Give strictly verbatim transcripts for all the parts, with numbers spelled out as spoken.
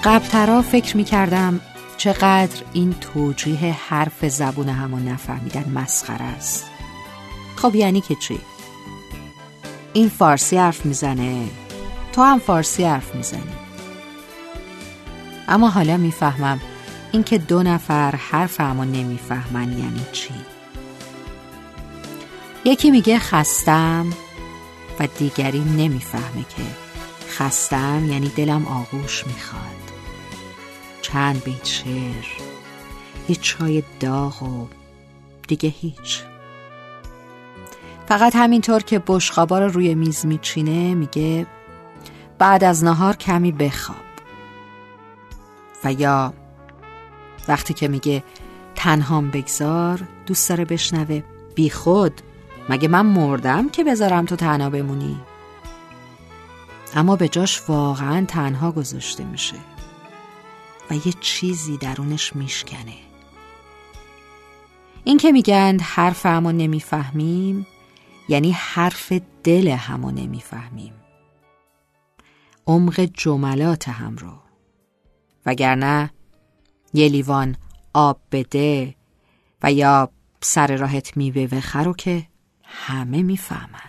قبل‌ترا فکر می‌کردم چقدر این توجیه حرف زبون همون نفهمیدن مسخره است. خب یعنی که چی؟ این فارسی حرف میزنه، تو هم فارسی حرف میزنی. اما حالا میفهمم این که دو نفر حرف همون نمیفهمن یعنی چی. یکی میگه خستم و دیگری نمیفهمه که خستم یعنی دلم آغوش میخواد. چند بیت شعر، یه چای داغ و دیگه هیچ. فقط همینطور که بشقابا رو روی میز میچینه میگه بعد از نهار کمی بخواب. و یا وقتی که میگه تنهام بگذار دوست داره بشنوه بی خود مگه من مردم که بذارم تو تنها بمونی؟ اما به جاش واقعا تنها گذاشته میشه و یه چیزی درونش میشکنه. این که میگن حرف همو نمیفهمیم یعنی حرف دل همو نمیفهمیم، عمق جملات هم رو. وگرنه یه لیوان آب بده و یا سر راهت میوه بخر رو که همه میفهمن.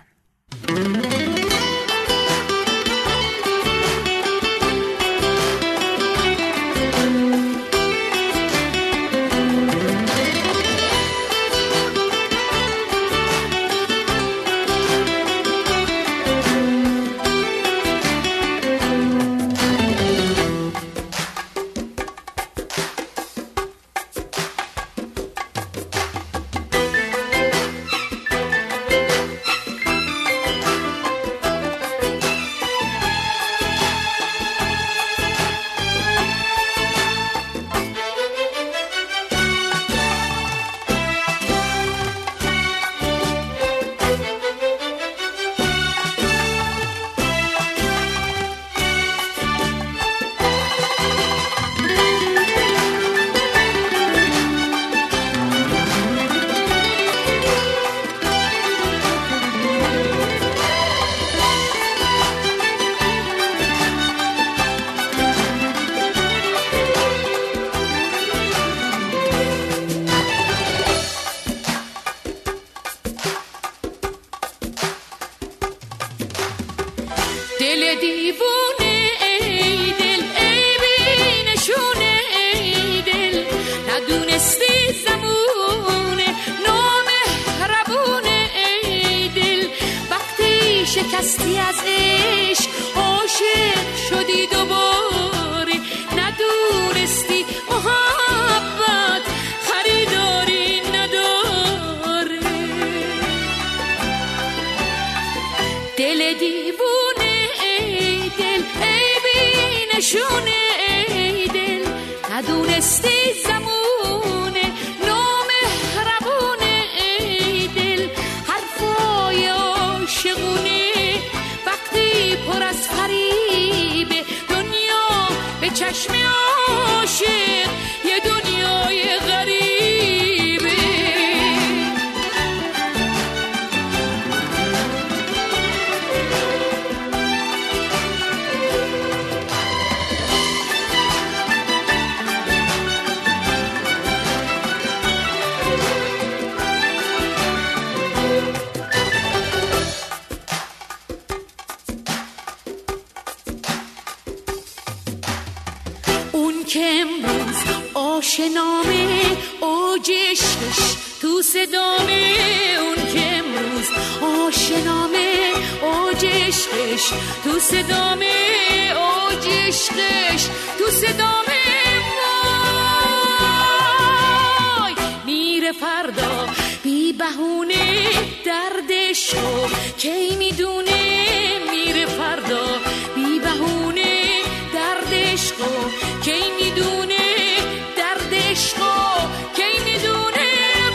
دل دیوونه ای دل ای بی نشونه ای دل ندونستی زمونه نامهربونه ای دل وقتی شکستی از عشق عاشق شدی دوباره ندونستی محبت خریداری نداره. دل دیوونه نشونه ای دل ندونستی زمونه نامهربونه ای دل حرفای عاشقونه وقتی پر از فریب دنیا به چشم عاشق یه دنیای غریبه. که امروز آشنامه اوج عشقش تو صدامه اون که امروز آشنامه اوج عشقش تو صدامه اوج عشقش تو صدامه وای میره فردا بی بهونه دردشو کی میدونه میره فردا بی بهونه دردشو کی میدونه دردشو کی میدونه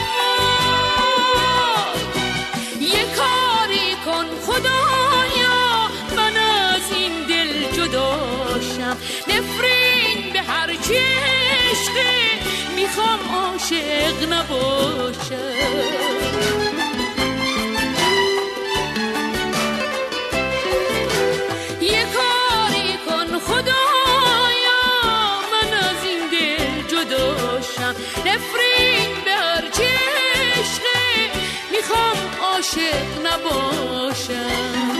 یه کاری کن خدایا من از این دل جداشم نفرین به هر چی عشقه میخوام عاشق نباشم. یه کاری کن خدایا عاشق نباشم.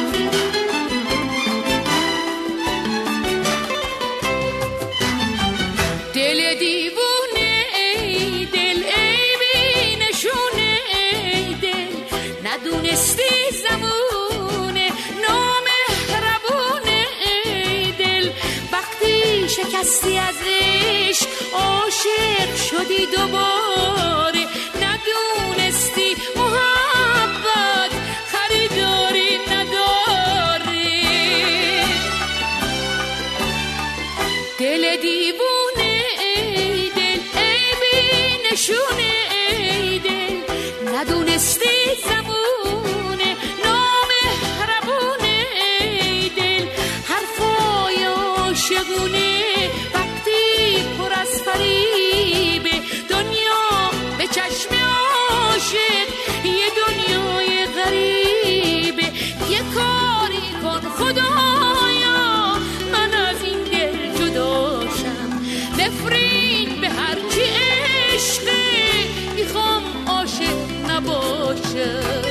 دل دیوونه ای دل ای بی نشونه ای دل، ندونستی زمونه نامهربونه ای دل، وقتی شکستی از عشق عاشق شدی دوباره، ندونستی محبت خریداری نداره. دل دیوونه ای دل ای بی نشونه ای دل، ندونستی زمونه نامهربونه ای دل، حرفای عاشقونه وقتی پر از فریبه، دنیا به چشم عاشق یه دنیای غریبه. یه کاری کن خدایا من از این دل جداشم، نفرین به هرچی عشقه میخوام عاشق نباشم.